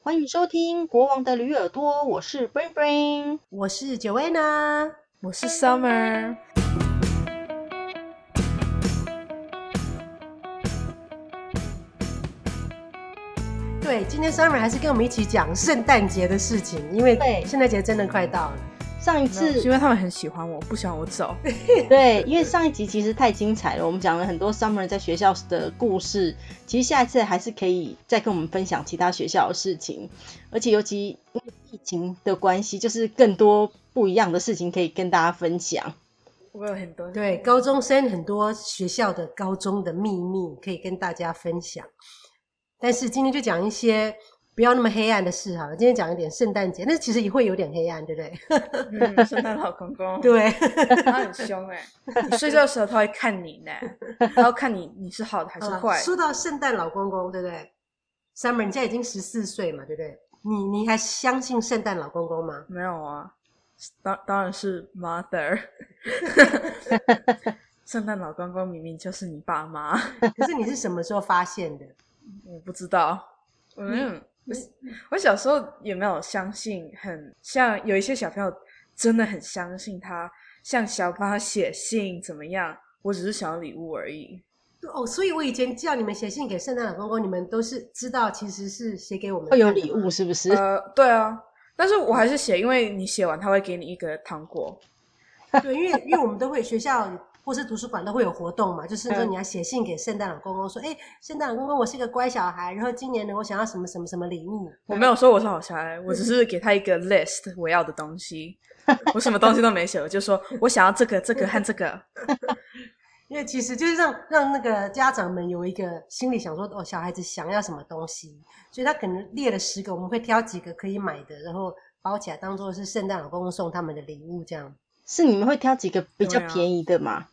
欢迎收听《国王的驴耳朵》，我是 Brain Brain， 我是 Joanna， 我是 Summer。 对，今天 Summer 还是跟我们一起讲圣诞节的事情，因为圣诞节真的快到了。 上一次因为他们很喜欢我，不想我走。 对，因为上一集其实太精彩了，我们讲了很多 Summer 在学校的故事。其实下一次还是可以再跟我们分享其他学校的事情，而且尤其因为疫情的关系，就是更多不一样的事情可以跟大家分享。 我有很多对高中生很多学校的高中的秘密可以跟大家分享，但是今天就讲一些不要那么黑暗的事好了。今天讲一点圣诞节，那其实也会有点黑暗，对不对？ 圣诞老公公， 对， 他很凶你睡觉的时候他会看你呢，他要看你是好的还是坏。 说到圣诞老公公，对不对 ？Summer， 你现在已经14岁嘛，对不对？你还相信圣诞老公公吗？ 没有啊，当然是 mother。圣诞老公公明明就是你爸妈。 可是你是什么时候发现的？ 我不知道，我小时候也没有相信，很像有一些小朋友真的很相信他，像想帮他写信怎么样，我只是想要礼物而已。 哦，所以我以前叫你们写信给圣诞老公公，你们都是知道其实是写给我们会有礼物是不是？ 对啊，但是我还是写，因为你写完他会给你一个糖果。 对，因为我们都会学校或是图书馆都会有活动嘛，就是说你要写信给圣诞老公公说，圣诞老公公，我是个乖小孩，然后今年呢我想要什么什么什么礼物。 我没有说我是好小孩，我只是给他一个 list 我要的东西。我什么东西都没写，我就说我想要这个和这个。 因为其实就是让那个家长们有一个心里想说，小孩子想要什么东西，所以他可能列了10个，我们会挑几个可以买的，然后包起来当做是圣诞老公公送他们的礼物这样。 是你们会挑几个比较便宜的吗？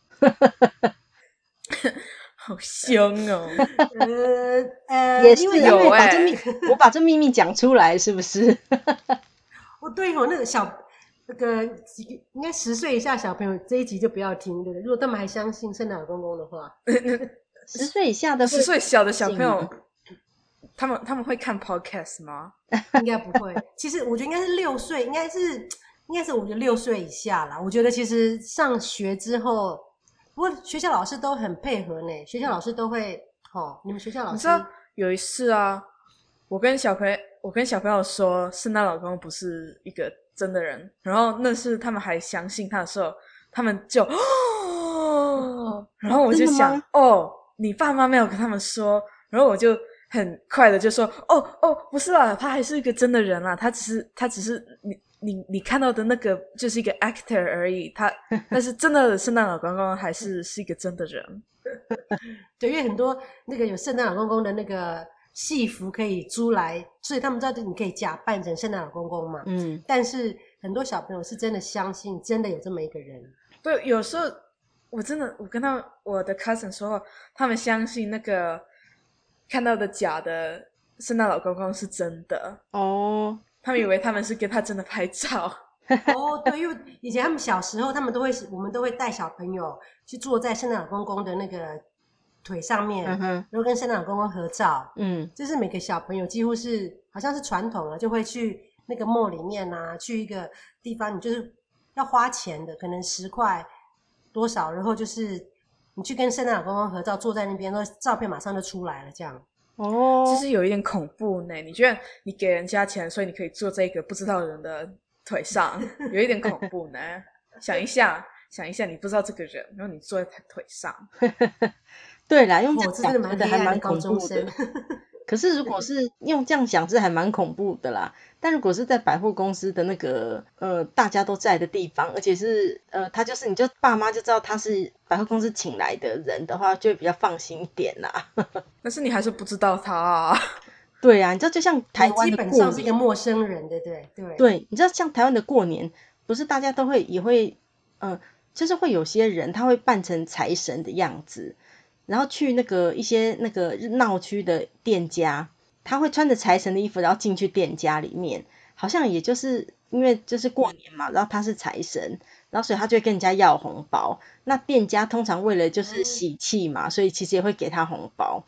好凶哦。 也是有我把这秘密讲出来是不是？ 对那个应该10岁以下小朋友这一集就不要听，对不对？如果他们还相信圣诞老公公的话 10岁以下的 10岁小的小朋友，他们会看 podcast 吗？ 应该不会。其实我觉得应该是6岁，应该是我觉得6岁以下啦。我觉得其实上学之后，不过学校老师都很配合呢，学校老师都会你们学校老师？ 你知道有一次啊，我跟小朋友说圣诞老公不是一个真的人，然后那是他们还相信他的时候，他们就然后我就想你爸妈没有跟他们说，然后我就很快的就说不是啦，他还是一个真的人啦，他只是你看到的那个就是一个 actor 而已，但是真的圣诞老公公还是一个真的人。 对，因为很多那个有圣诞老公公的那个戏服可以租来，所以他们知道你可以假扮成圣诞老公公嘛。但是很多小朋友是真的相信真的有这么一个人。 对，有时候我跟我的 cousin 说，他们相信那个看到的假的圣诞老公公是真的他们以为他们是跟他真的拍照。 对，因为以前他们小时候我们都会带小朋友去坐在圣诞老公公的那个腿上面，然后跟圣诞老公公合照。这是每个小朋友几乎是好像是传统了，就会去那个 mall 里面啊，去一个地方，你就是要花钱的，可能10块多少，然后就是你去跟圣诞老公公合照，坐在那边，然后照片马上就出来了这样。 其实有一点恐怖呢。你觉得你给人家钱，所以你可以坐这个不知道的人的腿上，有一点恐怖呢。想一下你不知道这个人，然后你坐在他腿上。 对啦，用这样讲真的还蛮恐怖的。 可是如果是用这样讲是还蛮恐怖的啦，但如果是在百货公司的那个大家都在的地方，而且是他就是你就爸妈就知道他是百货公司请来的人的话，就会比较放心一点啦。 但是你还是不知道他啊。 对啊，你知道就像台湾的过年， 基本上是一个陌生人，对不对？ 对，你知道像台湾的过年，不是大家都也会就是会有些人他会扮成财神的样子，然后去一些那个闹区的店家，他会穿着财神的衣服，然后进去店家里面，好像也就是因为就是过年嘛，然后他是财神，然后所以他就会跟人家要红包。那店家通常为了就是喜气嘛，所以其实也会给他红包。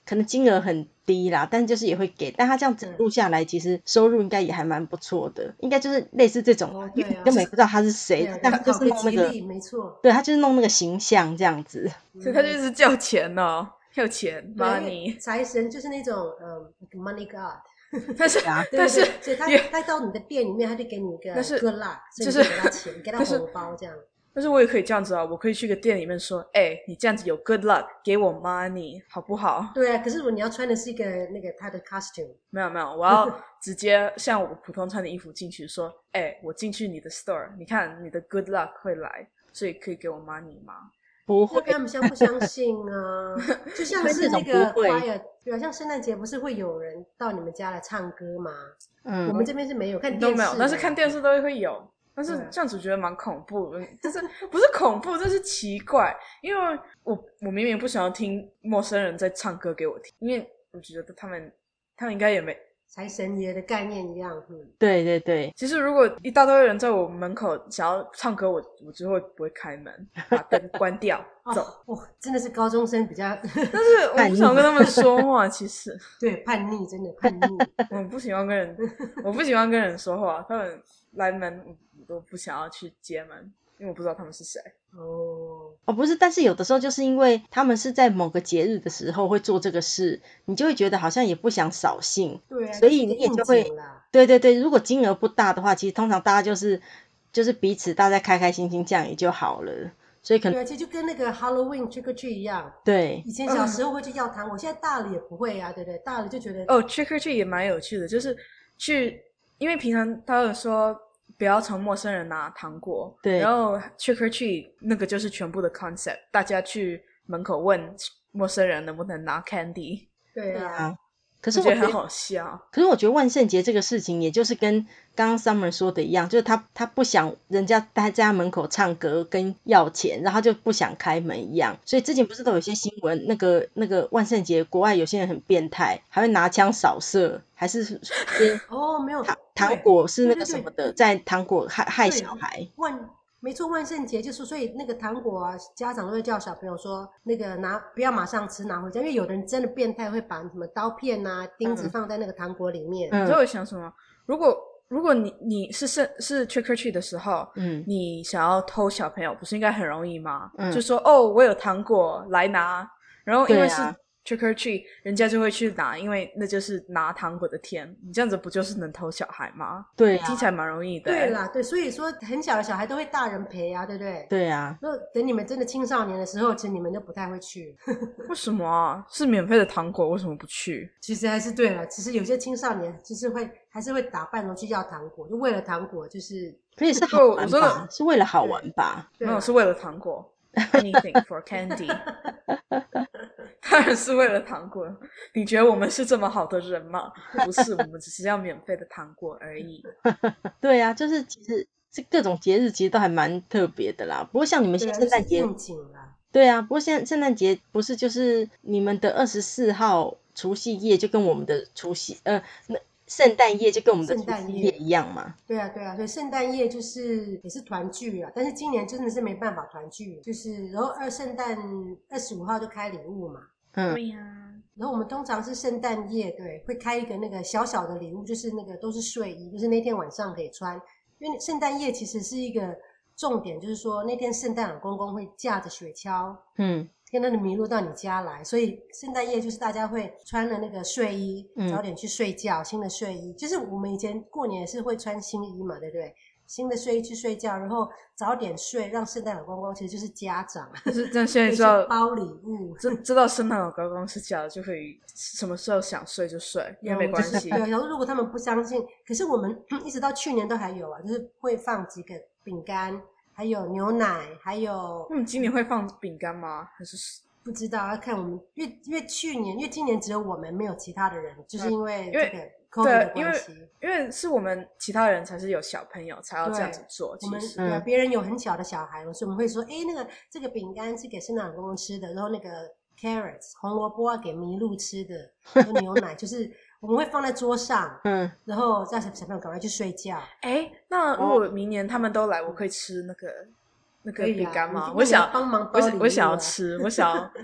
可能金额很低啦，但就是也会给，但他这样子录下来，其实收入应该也还蛮不错的，应该就是类似这种，因为你根本不知道他是谁，但他就是弄那个， 没错， 对他就是弄那个形象这样子， 所以他就是叫钱哦，要钱 money， 财神就是那种money god。 但是所以他到你的店里面，他就给你一个 good luck，就是给他钱，给他红包这样。 但是我也可以这样子啊，我可以去个店里面说，你这样子有 good luck， 给我 money， 好不好？ 对啊，可是如果你要穿的是一个那个他的 costume， 没有，我要直接像我普通穿的衣服进去说，我进去你的 store， 你看你的 good luck 会来，所以可以给我 money 吗？ 不会， 看他们相不相信啊？就像是那个 choir， 对啊，像圣诞节不是会有人到你们家来唱歌吗？我们这边是没有，看电视都没有，但是看电视都会有。但是这样子觉得蛮恐怖的，就是不是恐怖，这是奇怪，因为我明明不想要听陌生人在唱歌给我听，因为我觉得他们应该也没财神爷的概念一样。 对对对， 其实如果一大堆人在我门口想要唱歌，我就会不会开门，把灯关掉走。 真的是高中生比较， 但是我不想跟他们说话，其实对，叛逆，真的叛逆。 我不喜欢跟人说话，他们来门我都不想要去接门，因为我不知道他们是谁。 不是，但是有的时候就是因为他们是在某个节日的时候会做这个事，你就会觉得好像也不想扫兴， 对啊， 所以你也就会，对对对，如果金额不大的话，其实通常大家就是彼此大家开开心心这样也就好了，所以可能对，而且就跟那个 Halloween trick or treat 一样， 对， 以前小时候会去要糖果，现在大了也不会啊，对不对？大了就觉得 trick or treat 也蛮有趣的，就是因为平常他有说不要从陌生人拿糖果， 对， 然后 trick or treat 那个就是全部的 concept， 大家去门口问陌生人能不能拿 candy， 对啊， 可是我觉得很好笑。 可是我觉得万圣节这个事情，也就是跟刚刚 Summer 说的一样，就是他不想人家待在他门口唱歌跟要钱，然后就不想开门一样。所以之前不是都有些新闻，那个万圣节国外有些人很变态，还会拿枪扫射，还是些没有糖果是那个什么的，在糖果害小孩。 没错，万圣节就是所以那个糖果啊，家长都会叫小朋友说那个不要马上吃，拿回家，因为有的人真的变态会把什么刀片啊、钉子放在那个糖果里面。 你知道我想什么？如果你是 trick or treat 的时候，你想要偷小朋友，不是应该很容易吗？就说我有糖果来拿，然后因为是trick or treat， 人家就会去拿，因为那就是拿糖果的天，你这样子不就是能偷小孩吗？ 对听起来蛮容易的。 对啦，对，所以说很小的小孩都会大人陪啊，对不对？ 对啊， 那等你们真的青少年的时候，其实你们就不太会去。 为什么啊？是免费的糖果，为什么不去？ 其实还是对了，其实有些青少年就是还是会打扮着去要糖果，就为了糖果，就是可以是好玩吧，是为了好玩吧？ 没有，是为了糖果。Anything for candy 当然是为了糖果。你觉得我们是这么好的人吗？不是，我们只是要免费的糖果而已。 对啊，就是其实这各种节日其实都还蛮特别的啦。不过像你们现在圣诞节，对啊，不过现在圣诞节不是就是你们的24号除夕夜就跟我们的圣诞夜就跟我们的除夕夜一样嘛？ 对啊，所以圣诞夜就是也是团聚啊，但是今年真的是没办法团聚，就是然后圣诞25号就开礼物嘛。 对呀。 然后我们通常是圣诞夜，对，会开一个那个小小的礼物，就是那个都是睡衣，就是那天晚上可以穿，因为圣诞夜其实是一个重点，就是说那天圣诞老公公会驾着雪橇，跟他的麋鹿到你家来，所以圣诞夜就是大家会穿了那个睡衣，早点去睡觉，新的睡衣，就是我们以前过年也是会穿新衣嘛，对不对？新的睡衣去睡觉，然后早点睡，让圣诞老公公其实就是家长， 就是这样。现在知道包礼物， 知道圣诞老公公是假的，就可以什么时候想睡就睡，也没关系。 对，然后如果他们不相信，可是我们一直到去年都还有啊，就是会放几个饼干，还有牛奶，还有。 今年会放饼干吗？还是不知道，要看我们，因为今年只有我们，没有其他的人，就是因为这个 COVID 的关系。 因为是我们其他人才是有小朋友才要这样子做。 我们别人有很小的小孩，所以我们会说，这个饼干是给圣诞老公公吃的，然后那个 carrots 红萝卜要给麋鹿吃的，和牛奶就是我们会放在桌上，然后让小朋友赶快去睡觉。 那如果明年他们都来，我可以吃那个饼干吗？我想要吃，我想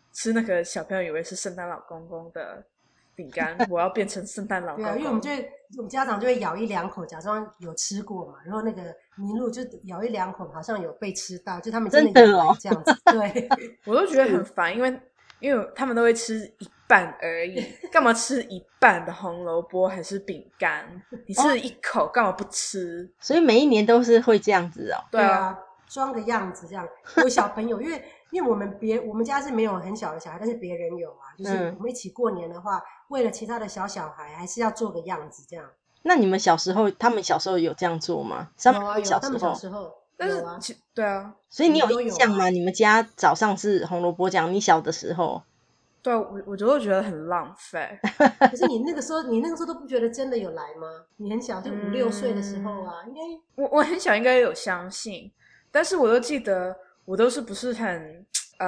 吃那个小朋友以为是圣诞老公公的饼干，我要变成圣诞老公公。 对啊，因为我们家长就会咬1-2口，假装有吃过嘛，然后那个麋鹿就咬1-2口，好像有被吃到，就他们真的有这样子。对， 我都觉得很烦，因为他们都会吃一半而已，干嘛吃一半的红萝卜还是饼干？你吃了一口，干嘛不吃？ 所以每一年都是会这样子哦。 对啊，装个样子这样。有小朋友，因为我们家是没有很小的小孩，但是别人有啊，就是我们一起过年的话，为了其他的小孩，还是要做个样子这样。 那你们他们小时候有这样做吗？ 有啊，他们小时候。 但是对啊， 所以你有印象吗？你们家早上是红萝卜酱，你小的时候？ 对啊，我就会觉得很浪费。 可是你那个时候都不觉得真的有来吗？你很小，就5-6岁的时候啊，应该我很小，应该有相信，但是我都记得我都是不是很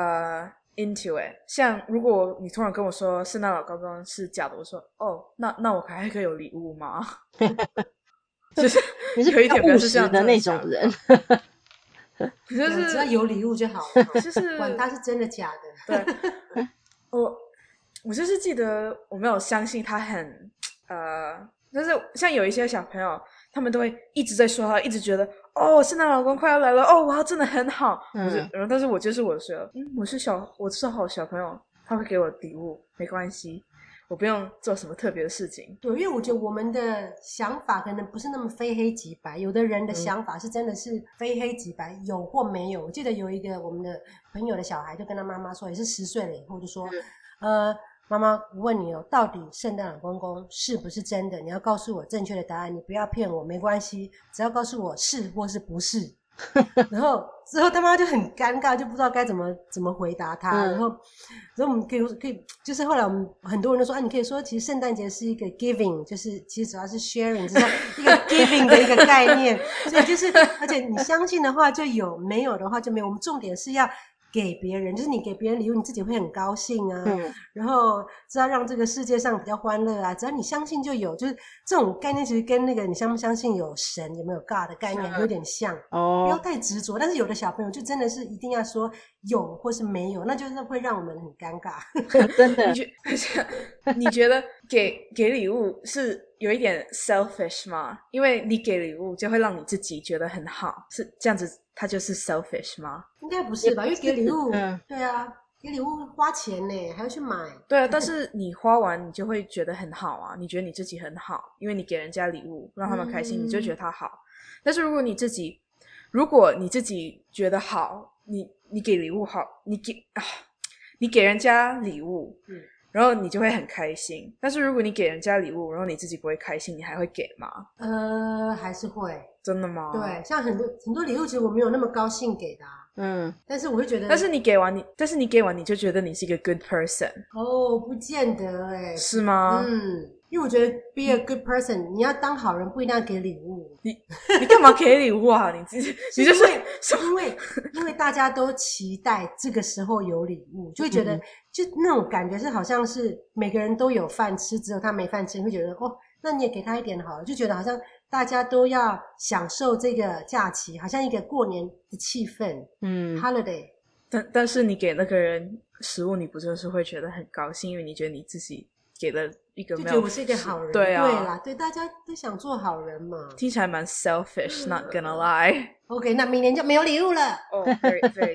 into it。像如果你突然跟我说圣诞老公公是假的，我说哦，那我还可以有礼物吗？就是你是有一点务实的那种人。 就是只要有礼物就好了， 就是管它是真的假的。对，我就是记得我没有相信他很但是像有一些小朋友，他们都会一直在说他，一直觉得哦，圣诞老公快要来了，哦，哇，真的很好。然后但是我就是我说，我是好小朋友，他会给我礼物，没关系。我不用做什么特别的事情。 对，因为我觉得我们的想法可能不是那么非黑即白，有的人的想法是真的是非黑即白，有或没有。我记得有一个我们的朋友的小孩就跟他妈妈说，也是10岁了以后就说，妈妈，我问你哦，到底圣诞老公公是不是真的？你要告诉我正确的答案，你不要骗我，没关系，只要告诉我是或是不是。然后之后他妈就很尴尬，就不知道该怎么回答他。然后我们可以，就是后来我们很多人都说，你可以说，其实圣诞节是一个 giving， 就是其实主要是 sharing， 就是一个 giving 的一个概念。所以就是，而且你相信的话就有，没有的话就没有。我们重点是要给别人，就是你给别人礼物，你自己会很高兴啊。然后知道让这个世界上比较欢乐啊。只要你相信就有，就是这种概念其实跟那个你相不相信有神有没有 God 的概念有点像。不要太执着。但是有的小朋友就真的是一定要说有或是没有，那就是会让我们很尴尬。 真的。 你觉得给礼物是有一点 selfish 吗？因为你给礼物就会让你自己觉得很好，是这样子，它就是 selfish 吗？ 应该不是吧？因为给礼物，对啊，给礼物花钱呢，还要去买。对啊，但是你花完你就会觉得很好啊，你觉得你自己很好，因为你给人家礼物让他们开心，你就觉得他好。但是如果你自己觉得好，你给礼物好，你给人家礼物，然后你就会很开心。但是如果你给人家礼物，然后你自己不会开心，你还会给吗？ 还是会。 真的吗？ 对，像很多礼物其实我没有那么高兴给的但是我会觉得， 但是你给完你就觉得你是一个 good person。 不见得是吗？ 因为我觉得 be a good person， 你要当好人不一定要给礼物。 你干嘛给礼物啊？你就是因为大家都期待这个时候有礼物，就会觉得就那种感觉是好像是每个人都有饭吃，只有他没饭吃，你会觉得那你也给他一点好了，就觉得好像大家都要享受这个假期，好像一个过年的气氛，holiday。 但是你给那个人食物，你不就是会觉得很高兴，因为你觉得你自己给了一个没有， 就觉得我是一个好人。 对啊， 对啦，对，大家都想做好人嘛。 听起来蛮 selfish，not gonna lie。 OK， 那明年就没有礼物了。 very very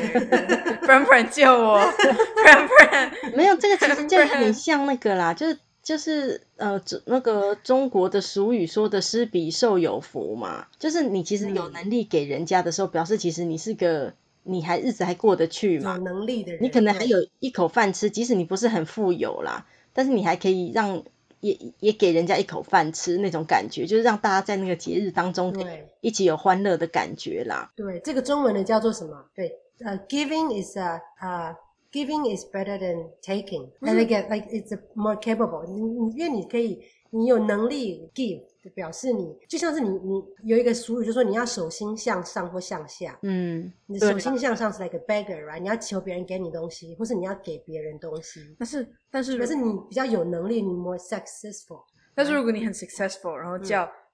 scary。不然救我，不然没有，这个其实就很像那个啦，就是那个中国的俗语说的施比受有福嘛，就是你其实有能力给人家的时候，表示其实你是个你日子还过得去嘛， 有能力的人， 你可能还有一口饭吃，即使你不是很富有啦，但是你还可以也给人家一口饭吃那种感觉，就是让大家在那个节日当中一起有欢乐的感觉啦。 对，这个中文的叫做什么？对，giving is better than taking. Like it's more capable. 因为你有能力 give， 表示你就像是你有一个俗语，就说你要手心向上或向下。你的手心向上是 like a beggar， right？ 你要求别人给你东西，或是你要给别人东西。但是你比较有能力，你 more successful。 但是如果你很 successful， 然后叫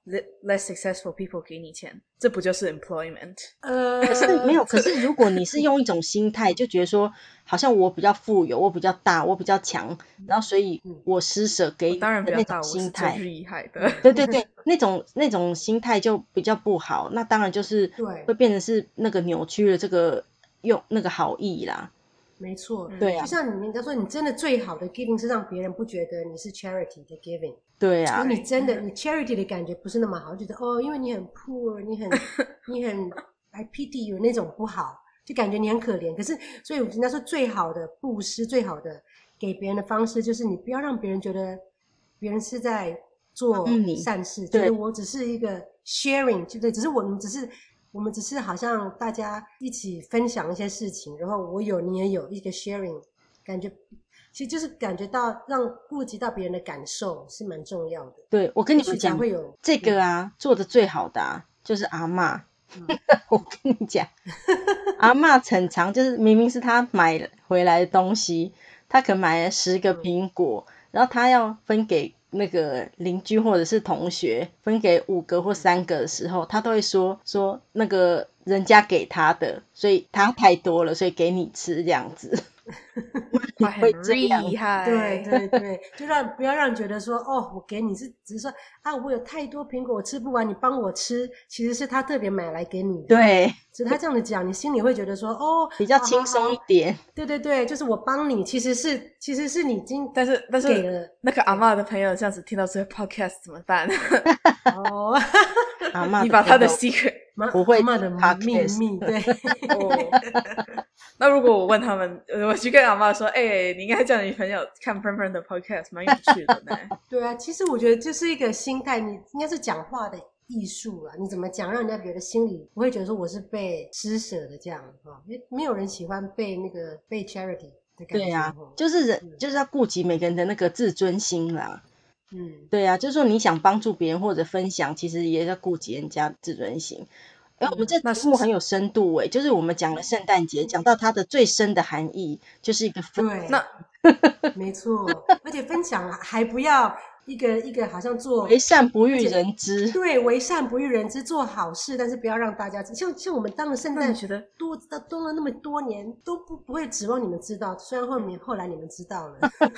less successful people 给你钱，这不就是 employment？ 可是没有，可是如果你是用一种心态，就觉得说好像我比较富有，我比较大，我比较强，然后所以我施舍给你的那种心态， 我是最厉害的。 对对对，那种心态就比较不好，那当然就是会变成是那个扭曲了这个用那个好意啦。 没错， 对啊， 就像你说，你真的最好的 giving 是让别人不觉得你是 charity 的 giving。 对啊， 你真的你 charity 的感觉不是那么好，觉得因为你很 poor， 你很I pity you 那种不好，就感觉你很可怜。可是所以人家说最好的布施，最好的给别人的方式，就是你不要让别人觉得别人是在做善事，觉得我只是一个 sharing， 对，只是我们只是好像大家一起分享一些事情，然后我有你也有一个 sharing， 感觉其实就是感觉到让顾及到别人的感受是蛮重要的。 对，我跟你们讲，这个啊做的最好的啊就是阿嬷。我跟你讲，阿嬷很常就是明明是她买回来的东西，她可能买了10个苹果，然后她要分给那个邻居或者是同学，分给5个或3个的时候，她都会说那个人家给她的，所以她太多了，所以给你吃这样子。 很厉害， 对对对，就不要让人觉得说我给你只是说我有太多苹果我吃不完，你帮我吃，其实是他特别买来给你的。 对， 所以他这样子讲，你心里会觉得说比较轻松一点。 对对对，就是我帮你，其实是你已经但是给了那个阿嬷的朋友这样子听到这个 podcast 怎么办？ 阿嬷你把他的 secret 不会阿嬷的秘密，对。 那如果我问他们，我去跟阿嬷说，你应该叫你朋友看 Pren 的 podcast， 蛮有趣的呢。 对啊，其实我觉得就是一个心态，你应该是讲话的艺术啊，你怎么讲让人家觉得心里不会觉得说我是被施舍的这样因为没有人喜欢被被 charity 的感觉。 对啊，就是就是要顾及每个人的那个自尊心啦。对啊，就是说你想帮助别人或者分享，其实也要顾及人家自尊心。我们这节目很有深度就是我们讲了圣诞节，讲到它的最深的含义，就是一个对，没错，而且分享还不要一个好像做为善不欲人知， 对，为善不欲人知，做好事，但是不要让大家知。像我们当了圣诞节多了那么多年，都不会指望你们知道，虽然后来你们知道了。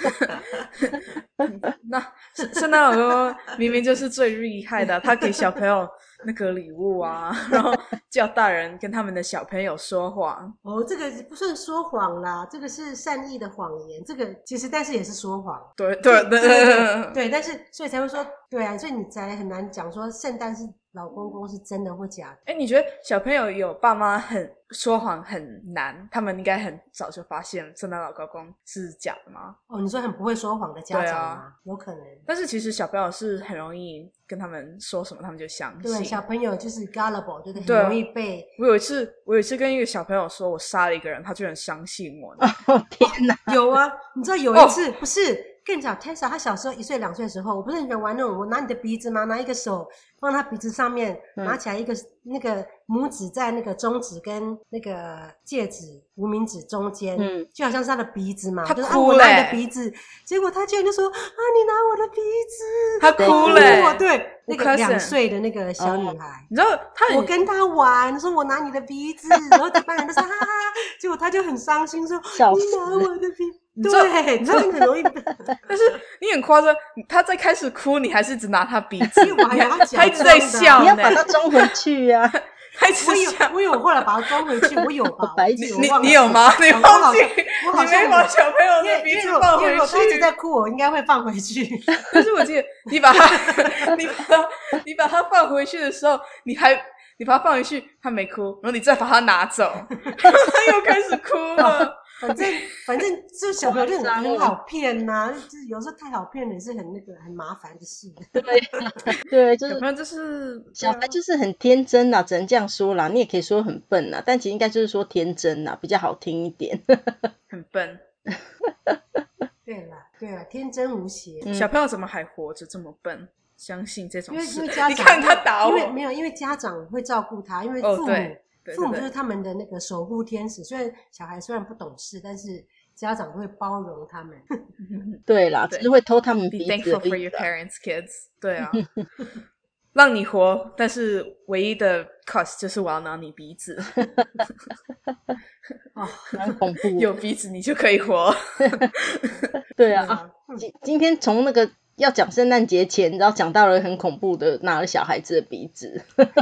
那圣诞老公公明明就是最厉害的，他给小朋友那个礼物啊，然后叫大人跟他们的小朋友说谎。 这个不算说谎啦，这个是善意的谎言。这个其实但是也是说谎。 对， 但是所以才会说，对啊，所以你才很难讲说圣诞是老公公是真的或假的。 你觉得小朋友有爸妈很说谎很难，他们应该很早就发现圣诞老公公是假的吗？ 你说很不会说谎的家长吗？有可能。 但是其实小朋友是很容易跟他们说什么他们就相信。 对，小朋友就是 gullible， 就是很容易被。 我有一次跟一个小朋友说我杀了一个人，他居然相信我。 天哪！ 有啊，你知道有一次不是。更小 Tessa 他小时候1岁2岁的时候，我不是很喜欢玩那种我拿你的鼻子吗？拿一个手放他鼻子上面，拿起来一个那个拇指在那个中指跟那个戒指无名指中间，就好像是他的鼻子嘛， 他哭就是我拿你的鼻子，结果他居然就说你拿我的鼻子， 他哭了， 对，那个2岁的那个小女孩， 你知道我跟他玩，说我拿你的鼻子，然后一般人都说哈哈，结果他就很伤心说你拿我的鼻子。对，你知道很容易， 但是你很夸张，他在开始哭，你还是只拿他鼻子， 他一直在笑， 你要把他装回去啊！ 我有后来把他装回去，我有吧？ 你有吗？你忘记？你没把小朋友的鼻子放回去？ 他一直在哭，我应该会放回去。 但是我记得你把他放回去的时候，你把他放回去，他没哭，然后你再把他拿走，然后他又开始哭了。 反正这小朋友就很好骗呐，就是有时候太好骗也是很麻烦的事。 对，就是小朋友就是小孩就是很天真啦，只能这样说啦。你也可以说很笨啦，但其实应该就是说天真啦，比较好听一点。 很笨。 对啦，天真無邪。 小朋友怎么还活着这么笨？相信这种事， 因为家长你看他打我， 因为家长会照顾他，因为父母就是他们的那个守护天使。虽然小孩虽然不懂事，但是家长都会包容他们。 对啦，只是会偷他们鼻子。 Be thankful for your parents, kids。对啊。 让你活，但是唯一的 cost 就是我要拿你鼻子。 哦，蛮恐怖。 有鼻子你就可以活。 对啊，今天从那个要讲圣诞节前，然后讲到了很恐怖的拿了小孩子的鼻子。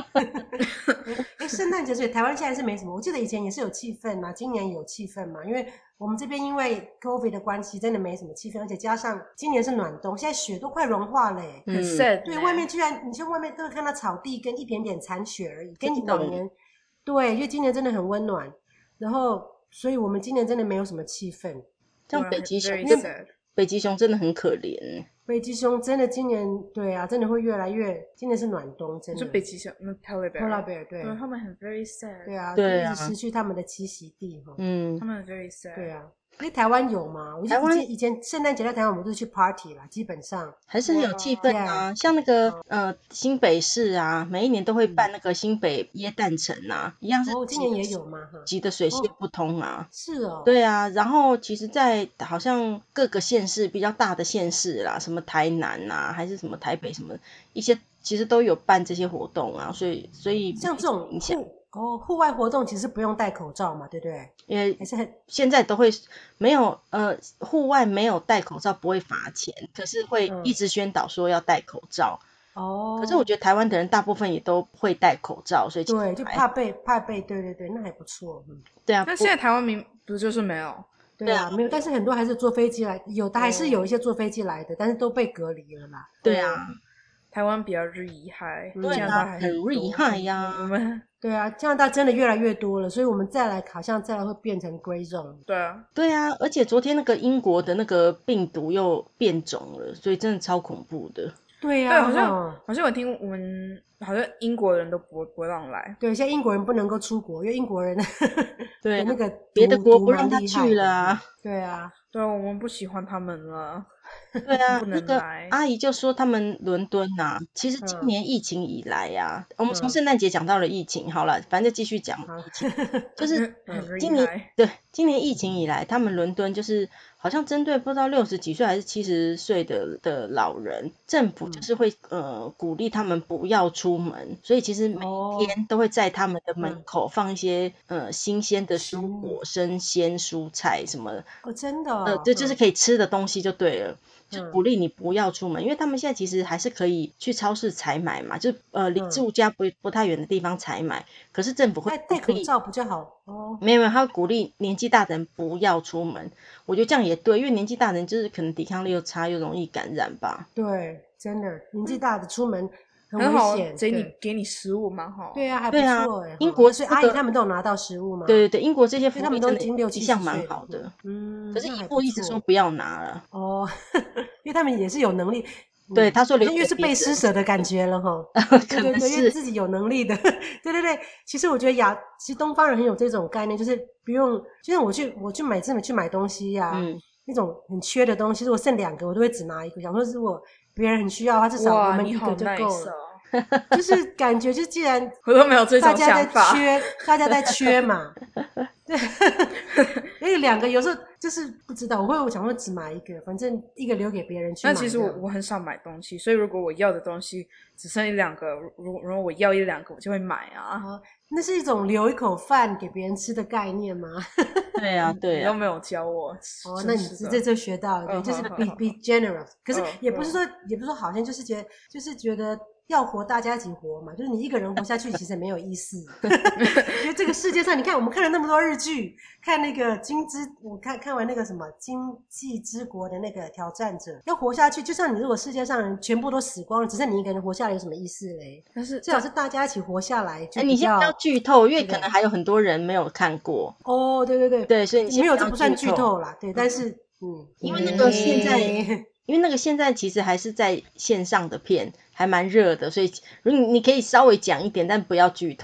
圣诞节所以台湾现在是没什么，我记得以前也是有气氛嘛，今年有气氛嘛，因为我们这边因为 COVID 的关系真的没什么气氛，而且加上今年是暖冬，现在雪都快融化了耶， 很 sad。 对，外面居然你去外面都会看到草地跟一点点残雪而已，跟你往年对，因为今年真的很温暖，然后所以我们今年真的没有什么气氛。 像北极熊，北极熊真的很可怜。 北极熊真的今年对啊，真的会越来越，今年是暖冬，真的。 就北极熊，那 Polar Bear 对， 他们很 very sad。 对啊，对啊，一直失去他们的栖息地哈。 他们很 very sad。 对啊。因为台湾有嘛，我记得以前圣诞节在台湾我们都是去 party 啦，基本上还是很有气氛啊。像那个新北市啊，每一年都会办那个新北耶诞城啊，一样是今年也有嘛， 挤得水泄不通啊。 是哦。 对啊，然后其实在好像各个县市比较大的县市啦，什么台南啊，还是什么台北什么一些，其实都有办这些活动啊，所以像这种影响。户外活动其实不用戴口罩嘛，对不对？ 也现在都会没有户外没有戴口罩不会罚钱，可是会一直宣导说要戴口罩。可是我觉得台湾的人大部分也都会戴口罩，所以对，就怕被对，那还不错。 对啊。 那现在台湾不就是没有？ 对啊，没有，但是很多还是坐飞机来，有的还是有一些坐飞机来的，但是都被隔离了啦。 对啊， 台湾比较厉害， 对啊，很厉害呀。 对啊，加拿大真的越来越多了，所以我们好像再来会变成 Grey Zone。 对啊，而且昨天那个英国的那个病毒又变种了，所以真的超恐怖的。 对啊， 对，好像我听我们好像英国人都不会让来。 对，现在英国人不能够出国，因为英国人对那个别的国不让他去了啊。 对啊， 对，我们不喜欢他们了。 对啊， 不能来。 阿姨就说他们伦敦啊，其实今年疫情以来啊，我们从圣诞节讲到了疫情，好了，反正继续讲疫情，就是今年疫情以来，他们伦敦就是好像针对不知道60几岁还是70岁的老人，政府就是会鼓励他们不要出门，所以其实每天都会在他们的门口放一些新鲜的蔬果、生鲜蔬菜什么真的对，就是可以吃的东西就对了。就鼓励你不要出门，因为他们现在其实还是可以去超市采买嘛，就离住家不太远的地方采买，可是政府会戴口罩比较好没有，他会鼓励年纪大的人不要出门，我觉得这样也对，因为年纪大的人就是可能抵抗力又差，又容易感染吧。 对，真的年纪大的出门很危险， 给你食物蛮好。 对啊，还不错英国所以阿姨他们都有拿到食物吗？ 对，英国这些福利他们都已经60-70 一向蛮好的。可是姨父一直说不要拿了。 因为他们也是有能力。 对，他说因为是被施舍的感觉了哈。 可能是因为自己有能力的。对，其实我觉得其实东方人很有这种概念，就是不用，就像我去买东西呀，那种很缺的东西，如果剩2个，我都会只拿1个，想说如果别人很需要的话，至少我们1个就够了。就是感觉，就既然我都没有这种想法， 大家在缺嘛，对，因为2个有时候就是不知道，我想说只买1个，反正1个留给别人去买。 那其实我很少买东西，所以如果我要的东西只剩1-2个，如果我要1-2个，我就会买啊。 那是一种留一口饭给别人吃的概念吗？ 对啊， 你都没有教我。 那你这学到了，就是 be generous。可是也不是说好像就是觉得要活大家一起活嘛，就是你一个人活下去其实没有意思。因为这个世界上，你看我们看了那么多日剧，看那个我看完那个什么经济之国的那个挑战者，要活下去，就像你如果世界上人全部都死光了，只剩你一个人活下来有什么意思嘞？ 但是最好是大家一起活下来。 你先不要剧透，因为可能还有很多人没有看过。对，所以你没有，这不算剧透啦。对，但是因为那个现在其实还是在线上的片，还蛮热的，所以你可以稍微讲一点，但不要剧透。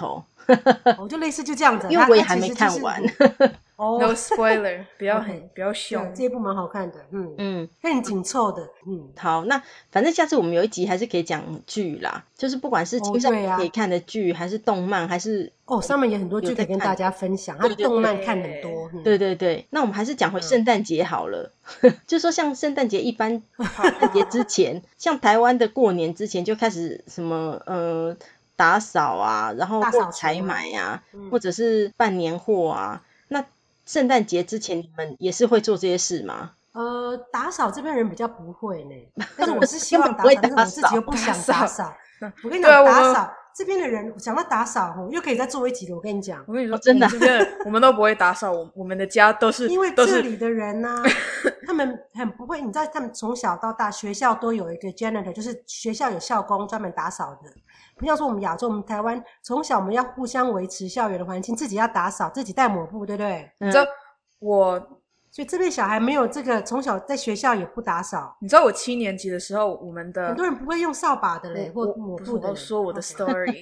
就类似就这样子， 因为我也还没看完。 No spoiler， 不要凶， 这一部蛮好看的，很紧凑的， 好，那反正下次我们有一集还是可以讲剧啦，就是不管是青少年可以看的剧，还是动漫，还是上面有很多剧可以跟大家分享，他动漫看很多， 对，那我们还是讲回圣诞节好了，就说像圣诞节一般，圣诞节之前，像台湾的过年之前就开始什么打扫啊，然后采买啊，或者是办年货啊，那圣诞节之前你们也是会做这些事吗？ 打扫这边人比较不会呢，但是我是希望打扫，但是我自己又不想打扫。我跟你讲，打扫这边的人想到打扫又可以再做一集的。我跟你讲， 我跟你说， 真的， 我们都不会打扫，我们的家都是因为这里的人呢，他们很不会。你知道，他们从小到大学校都有一个 janitor， 就是学校有校工专门打扫的。不像说我们亚洲，我们台湾从小我们要互相维持校园的环境，自己要打扫，自己带抹布，对不对？ 你知道所以这边小孩没有这个，从小在学校也不打扫。 你知道我7年级的时候，我们的很多人不会用扫把的嘞，或抹布的。 我说我的 story，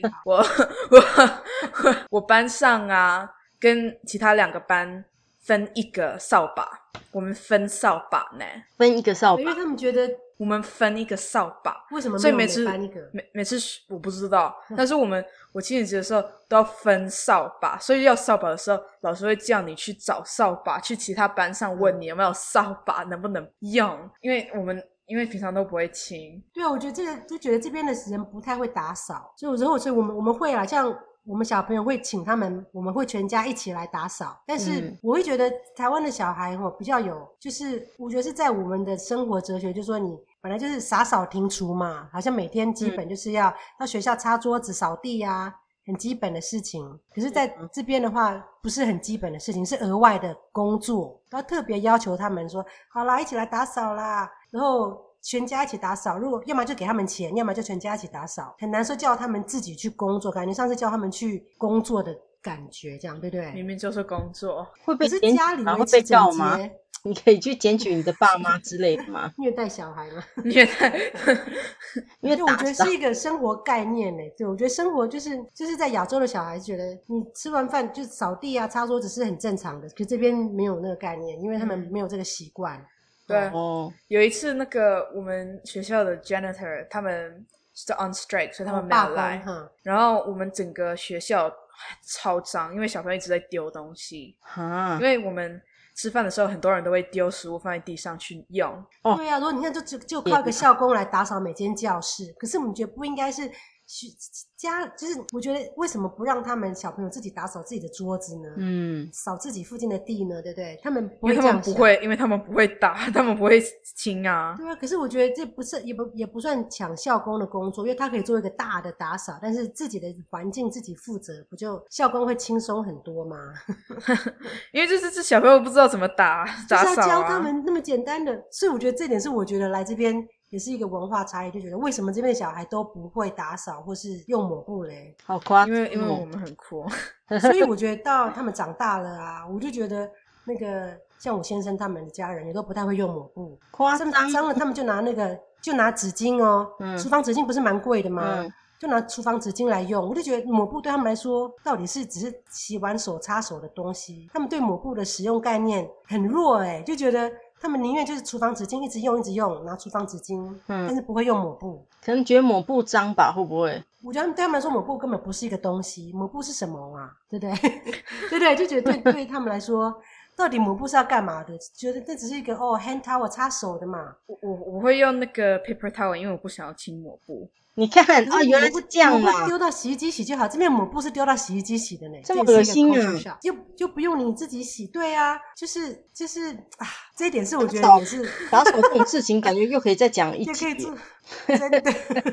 我班上啊，跟其他2个班分一个扫把，我们分扫把呢， 分一个扫把， 因为他们觉得我们分一个扫把， 为什么没有每班一个？ 每次我不知道，但是我7年级的时候都要分扫把，所以要扫把的时候，老师会叫你去找扫把，去其他班上问你有没有扫把，能不能用，因为平常都不会清。 对啊，我觉得就觉得这边的人不太会打扫，所以我们会啦，像我们小朋友会请他们，我们会全家一起来打扫。但是我会觉得台湾的小孩比较有，就是我觉得是在我们的生活哲学，就是说你本来就是洒扫庭除嘛，好像每天基本就是要到学校擦桌子、扫地啊，很基本的事情。可是在这边的话，不是很基本的事情，是额外的工作，然后特别要求他们说，好啦，一起来打扫啦，然后全家一起打扫，如果要么就给他们钱，要么就全家一起打扫，很难说叫他们自己去工作，感觉上次叫他们去工作的感觉，这样对不对？ 明明就是工作， 会被检举吗？会被告吗？你可以去检举你的爸妈之类的吗？ 虐待小孩吗？ 虐待， 因为我觉得是一个生活概念呢。对，我觉得生活就是在亚洲的小孩觉得你吃完饭就扫地啊、擦桌子是很正常的，可是这边没有那个概念，因为他们没有这个习惯。 对，有一次那个我们学校的 janitor 他们是 on strike， 所以他们没有来，然后我们整个学校超脏，因为小朋友一直在丢东西，因为我们吃饭的时候很多人都会丢食物放在地上去用。 对啊，如果你看就靠一个校工来打扫每间教室，可是我们觉得不应该是就是我觉得为什么不让他们小朋友自己打扫自己的桌子呢？扫自己附近的地呢，对不对？他们不会这样想， 因为他们不会打，他们不会清啊。 对啊，可是我觉得这不是也不算抢校工的工作，因为他可以做一个大的打扫，但是自己的环境自己负责，不就校工会轻松很多吗？ 因为这小朋友不知道怎么打扫啊， 就是要教他们那么简单的，所以我觉得这点是我觉得来这边也是一个文化差异，就觉得为什么这边的小孩都不会打扫或是用抹布嘞？ 好夸张， 因为我们很酷， 所以我觉得到他们长大了啊，我就觉得那个像我先生他们的家人也都不太会用抹布， 夸张脏了他们就拿纸巾哦，厨房纸巾不是蛮贵的吗？就拿厨房纸巾来用，我就觉得抹布对他们来说到底是只是洗完手擦手的东西，他们对抹布的使用概念很弱就觉得他们宁愿就是厨房纸巾一直用，拿厨房纸巾，但是不会用抹布， 可能觉得抹布脏吧，会不会？ 我觉得对他们来说抹布根本不是一个东西，抹布是什么啊？对不对？对不对？就觉得对他们来说，到底抹布是要干嘛的？觉得这只是一个hand towel 擦手的嘛。 我会用那个 paper towel， 因为我不想要清抹布。 你看原来是这样啦！ 丢到洗衣机洗就好，这边抹布是丢到洗衣机洗的呢， 这么恶心啊！ 就不用你自己洗，对啊，就是啊，这一点是我觉得也是打扫这种事情，感觉又可以再讲一集， 也可以做，真的。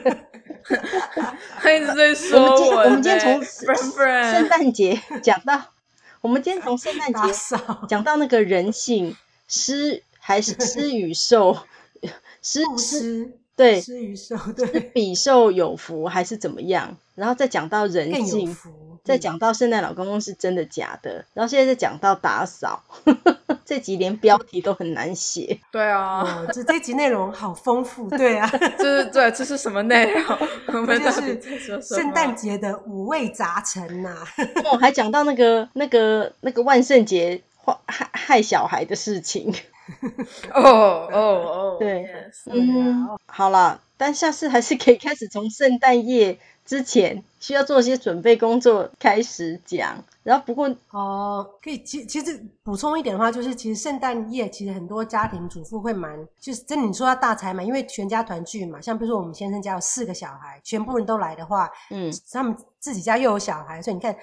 他一直在说我们今天从圣诞节讲到，我们今天从圣诞节讲到那个人性，还是施与受，对， 施与受，对， 是比受有福还是怎么样？然后再讲到人性，再讲到圣诞老公公是真的假的，然后现在再讲到打扫。 这集连标题都很难写。 对啊， 这集内容好丰富。对啊， 这是什么内容？我们到底在说什么？圣诞节的五味杂陈呐。 我还讲到那个万圣节害小孩的事情。对，好啦，但下次还是可以开始从圣诞夜之前需要做一些准备工作开始讲。然后不过可以其实补充一点的话，就是其实圣诞夜其实很多家庭主妇会就是真的你说要大财嘛，因为全家团聚嘛，像比如说我们先生家有4个小孩，全部人都来的话，他们自己家又有小孩，所以你看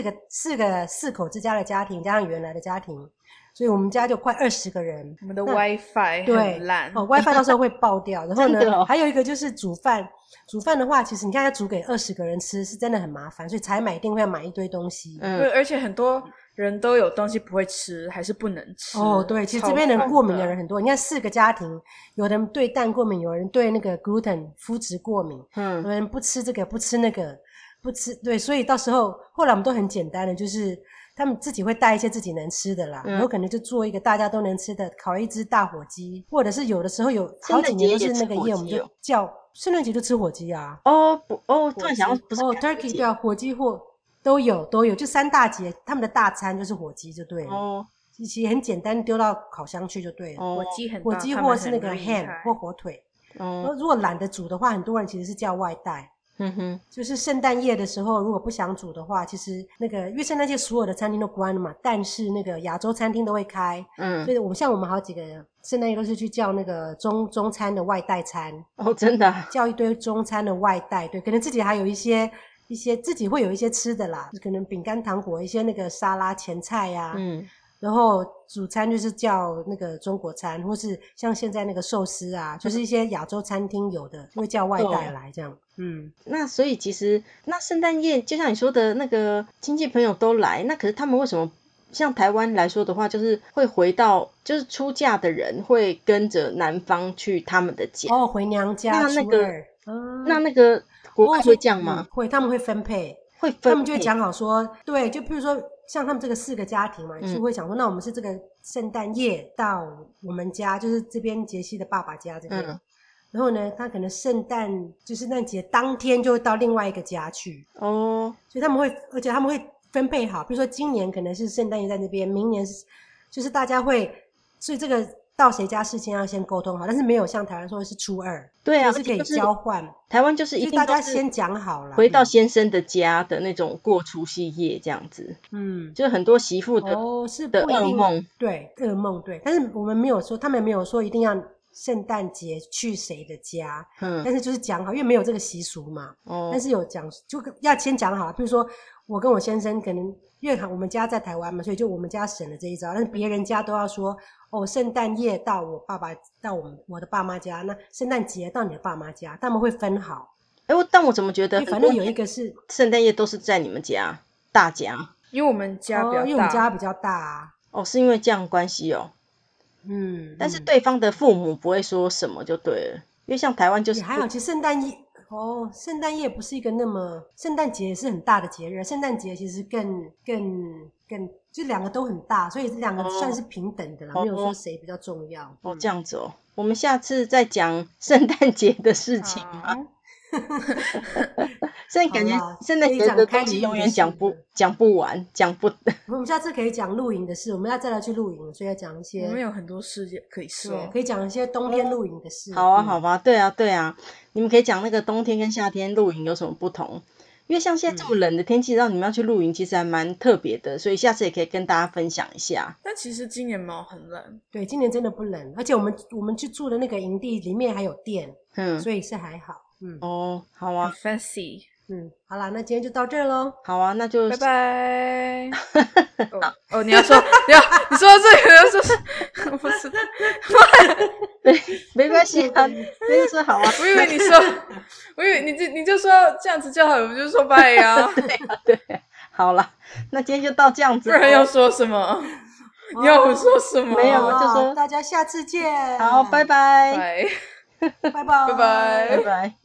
4口之家的家庭加上原来的家庭，所以我们家就快20个人。 我们的 WiFi 很烂 ，WiFi 到时候会爆掉。然后呢，还有一个就是煮饭的话，其实你看要煮给20个人吃是真的很麻烦，所以采买一定会要买一堆东西。 而且很多人都有东西不会吃，还是不能吃。 对，其实这边人过敏的人很多。你看4个家庭，有人对蛋过敏，有人对那个 gluten 麸质过敏，有人不吃这个，不吃那个，不吃。对，所以到时候后来我们都很简单的，就是他们自己会带一些自己能吃的啦，然后可能就做一个大家都能吃的，烤一只大火鸡，或者是有的时候有好几年都是那个夜，我们就叫圣诞节就吃火鸡啊。 突然想到不是 turkey 对啊，火鸡或都有，就3大节，他们的大餐就是火鸡就对了。其实很简单，丢到烤箱去就对了。火鸡或是那个 ham 或火腿。如果懒得煮的话，很多人其实是叫外带。就是圣诞夜的时候如果不想煮的话，其实那个因为圣诞节所有的餐厅都关了嘛，但是那个亚洲餐厅都会开，所以我们好几个圣诞夜都是去叫那个中餐的外带餐。 真的叫一堆中餐的外带。对，可能自己还有一些自己会有一些吃的啦，可能饼干糖果一些那个沙拉前菜啊，然后主餐就是叫那个中国餐，或是像现在那个寿司啊，就是一些亚洲餐厅有的会叫外带来这样。 那所以其实那圣诞夜就像你说的那个亲戚朋友都来，那可是他们为什么像台湾来说的话，就是会回到就是出嫁的人会跟着男方去他们的家回娘家。 那个国外会这样吗？ 会，他们会分配，他们就会讲好说，对，就譬如说像他们这个4个家庭嘛，就会讲说，那我们是这个圣诞夜到我们家，就是这边杰西的爸爸家这边，然后呢，他可能圣诞节当天就会到另外一个家去。所以而且他们会分配好，比如说今年可能是圣诞夜在那边，明年就是大家会，所以这个到谁家事先要先沟通好，但是没有像台湾说是初2， 对啊， 是可以交换。 台湾就是一定大家先讲好了， 回到先生的家的那种过除夕夜这样子。就很多媳妇的是的噩梦， 对，噩梦，对。但是我们没有说，他们没有说一定要圣诞节去谁的家，但是就是讲好，因为没有这个习俗嘛。但是有讲，就要先讲好，比如说我跟我先生可能因为我们家在台湾嘛，所以就我们家省了这一招，但是别人家都要说圣诞夜到我爸爸到我的爸妈家，那圣诞节到你的爸妈家，他们会分好。 但我怎么觉得反正有一个是圣诞夜都是在你们家大家， 因为我们家比较大， 因为我们家比较大啊。 是因为这样关系但是对方的父母不会说什么就对了，因为像台湾就是还好，其实圣诞夜不是一个那么，圣诞节也是很大的节日，圣诞节其实更就2个都很大，所以这2个算是平等的啦，没有说谁比较重要。 这样子我们下次再讲圣诞节的事情吗？所以感觉圣诞节的东西永远讲不完， 我们下次可以讲露营的事，我们要再来去露营，所以要讲一些。 我们有很多事可以说， 可以讲一些冬天露营的事。 好啊，好吧，对啊，你们可以讲那个冬天跟夏天露营有什么不同。因为像现在这么冷的天气，让你们要去露营，其实还蛮特别的，所以下次也可以跟大家分享一下。 但其实今年没有很冷， 对，今年真的不冷，而且我们去住的那个营地里面还有电，所以是还好。 好啊 ，fancy。 好啦，那今天就到这儿咯。 好啊，那就拜拜。你要说，你说到这个要说，不是， 没关系啊，那就说好啊。 我以为你说，我以为你就说这样子就好，我们就说拜呀。 对，好了，那今天就到这样子。 不然要说什么？你要我说什么？ 没有，就说大家下次见。 好，拜拜， 拜拜， 拜拜。